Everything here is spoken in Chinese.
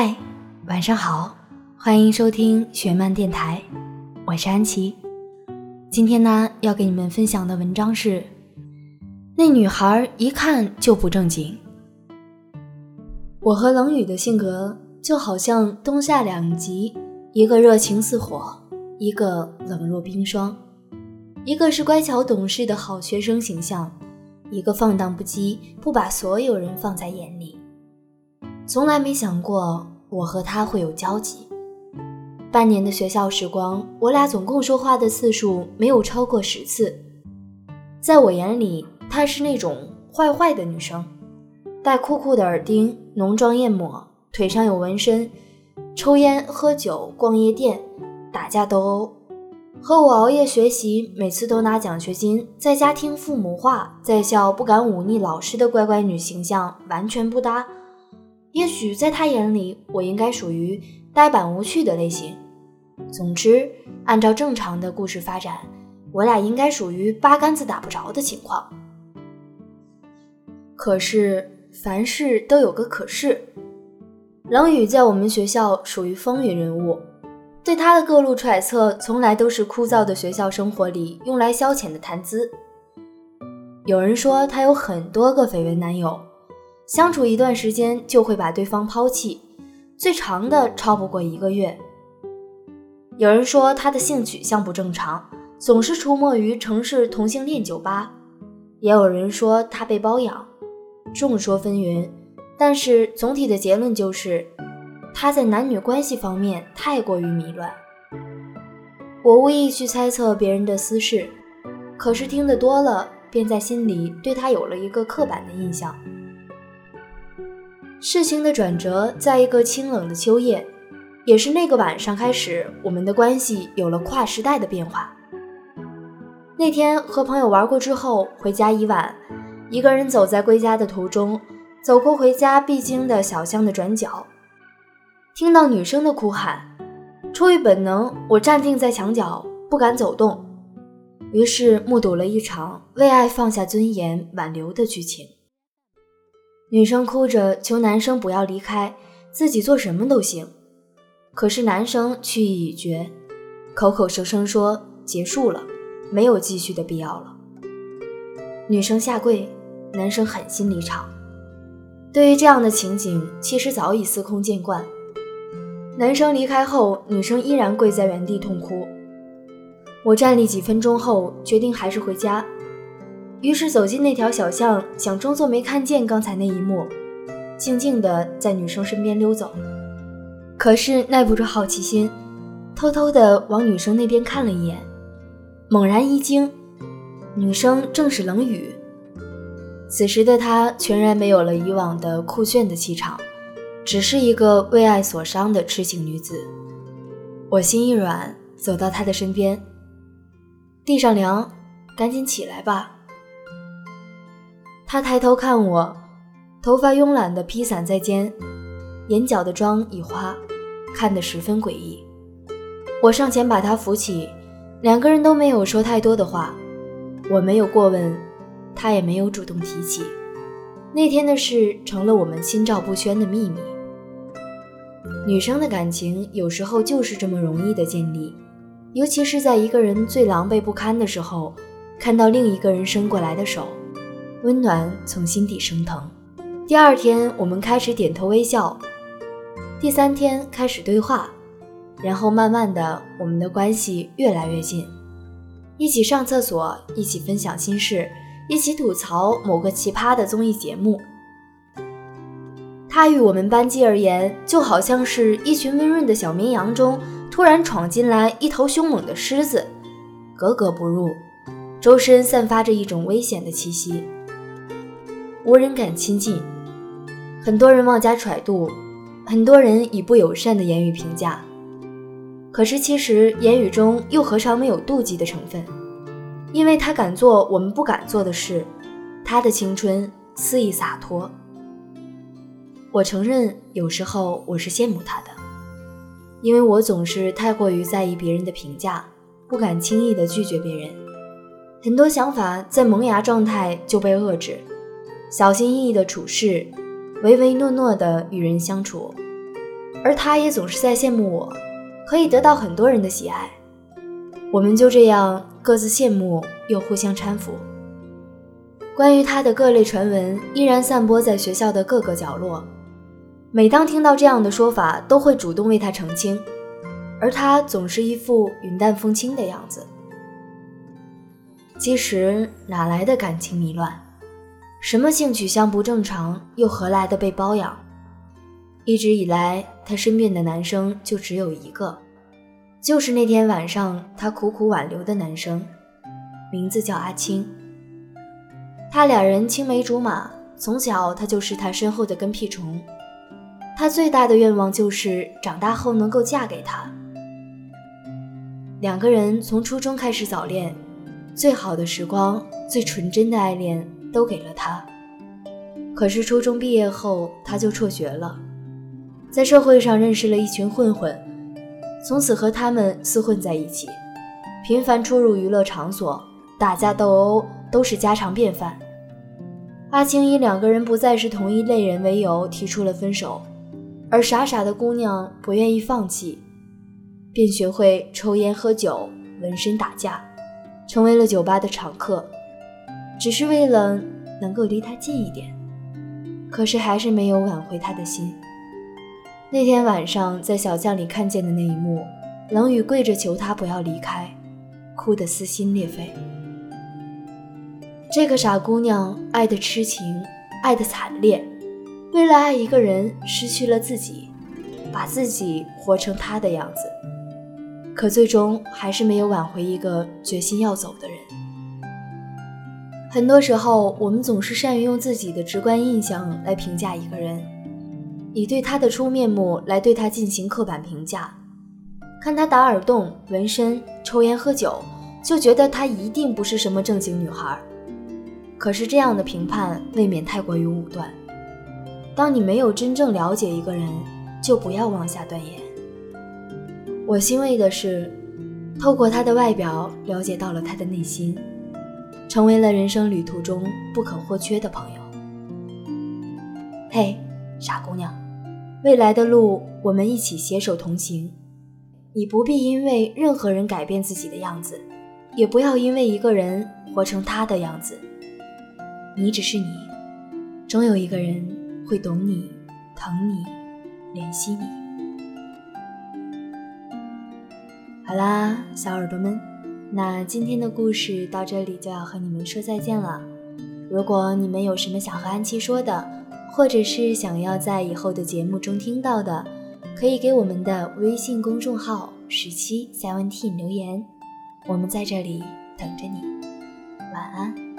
嗨，晚上好，欢迎收听雪漫电台，我是安琪。今天呢，要给你们分享的文章是那女孩一看就不正经。我和冷雨的性格就好像冬夏两极，一个热情似火，一个冷若冰霜，一个是乖巧懂事的好学生形象，一个放荡不羁，不把所有人放在眼里。从来没想过我和他会有交集。半年的学校时光，我俩总共说话的次数没有超过10次。在我眼里，她是那种坏坏的女生，戴酷酷的耳钉，浓妆艳抹，腿上有纹身，抽烟喝酒，逛夜店，打架斗殴，和我熬夜学习，每次都拿奖学金，在家听父母话，在校不敢忤逆老师的乖乖女形象完全不搭。也许在他眼里，我应该属于呆板无趣的类型。总之，按照正常的故事发展，我俩应该属于八竿子打不着的情况。可是，凡事都有个可是。冷雨在我们学校属于风云人物，对他的各路揣测从来都是枯燥的学校生活里用来消遣的谈资。有人说他有很多个绯闻男友，相处一段时间就会把对方抛弃，最长的超不过1个月。有人说他的性取向不正常，总是出没于城市同性恋酒吧，也有人说他被包养，众说纷纭，但是总体的结论就是他在男女关系方面太过于迷乱。我无意去猜测别人的私事，可是听得多了，便在心里对他有了一个刻板的印象。事情的转折在一个清冷的秋夜，也是那个晚上开始，我们的关系有了跨时代的变化。那天和朋友玩过之后，回家已晚，一个人走在归家的途中，走过回家必经的小巷的转角，听到女生的哭喊，出于本能，我站定在墙角，不敢走动，于是目睹了一场为爱放下尊严挽留的剧情。女生哭着求男生不要离开，自己做什么都行，可是男生去意已决，口口声声说结束了，没有继续的必要了。女生下跪，男生狠心离场。对于这样的情景，其实早已司空见惯。男生离开后，女生依然跪在原地痛哭。我站立几分钟后，决定还是回家，于是走进那条小巷，想装作没看见刚才那一幕，静静地在女生身边溜走。可是耐不住好奇心，偷偷地往女生那边看了一眼，猛然一惊，女生正是冷雨。此时的她全然没有了以往的酷炫的气场，只是一个为爱所伤的痴情女子。我心一软，走到她的身边，地上凉，赶紧起来吧。她抬头看我，头发慵懒地披散在肩，眼角的妆已花，看得十分诡异。我上前把她扶起，两个人都没有说太多的话，我没有过问，她也没有主动提起。那天的事成了我们心照不宣的秘密。女生的感情有时候就是这么容易的建立，尤其是在一个人最狼狈不堪的时候，看到另一个人伸过来的手，温暖从心底升腾。第2天我们开始点头微笑，第3天开始对话，然后慢慢的我们的关系越来越近，一起上厕所，一起分享心事，一起吐槽某个奇葩的综艺节目。他与我们班级而言，就好像是一群温润的小绵羊中突然闯进来一头凶猛的狮子，格格不入，周身散发着一种危险的气息，无人敢亲近。很多人妄加揣度，很多人以不友善的言语评价，可是其实言语中又何尝没有妒忌的成分，因为他敢做我们不敢做的事，他的青春肆意洒脱。我承认有时候我是羡慕他的，因为我总是太过于在意别人的评价，不敢轻易地拒绝别人，很多想法在萌芽状态就被遏制，小心翼翼地处事，唯唯诺诺地与人相处。 而他也总是在羡慕我，可以得到很多人的喜爱。我们就这样各自羡慕又互相搀扶。关于他的各类传闻依然散播在学校的各个角落，每当听到这样的说法，都会主动为他澄清，而他总是一副云淡风轻的样子。其实哪来的感情迷乱？什么性取向不正常，又何来的被包养？一直以来，他身边的男生就只有一个，就是那天晚上他苦苦挽留的男生，名字叫阿青。他俩人青梅竹马，从小他就是他身后的跟屁虫。他最大的愿望就是长大后能够嫁给他。两个人从初中开始早恋，最好的时光，最纯真的爱恋都给了他。可是初中毕业后，他就辍学了，在社会上认识了一群混混，从此和他们厮混在一起，频繁出入娱乐场所，打架斗殴都是家常便饭。阿青以两个人不再是同一类人为由提出了分手，而傻傻的姑娘不愿意放弃，便学会抽烟喝酒，纹身打架，成为了酒吧的常客，只是为了能够离他近一点。可是还是没有挽回他的心。那天晚上在小巷里看见的那一幕，冷雨跪着求他不要离开，哭得撕心裂肺。这个傻姑娘爱得痴情，爱得惨烈，为了爱一个人失去了自己，把自己活成他的样子，可最终还是没有挽回一个决心要走的人。很多时候，我们总是善于用自己的直观印象来评价一个人，以对他的初面目来对他进行刻板评价。看他打耳洞、纹身、抽烟喝酒，就觉得他一定不是什么正经女孩。可是这样的评判未免太过于武断。当你没有真正了解一个人，就不要妄下断言。我欣慰的是，透过他的外表了解到了他的内心，成为了人生旅途中不可或缺的朋友。嘿，傻姑娘，未来的路我们一起携手同行。你不必因为任何人改变自己的样子，也不要因为一个人活成他的样子。你只是你，总有一个人会懂你、疼你、怜惜你。好啦，小耳朵们，那今天的故事到这里就要和你们说再见了。如果你们有什么想和安琪说的，或者是想要在以后的节目中听到的，可以给我们的微信公众号1717留言，我们在这里等着你。晚安。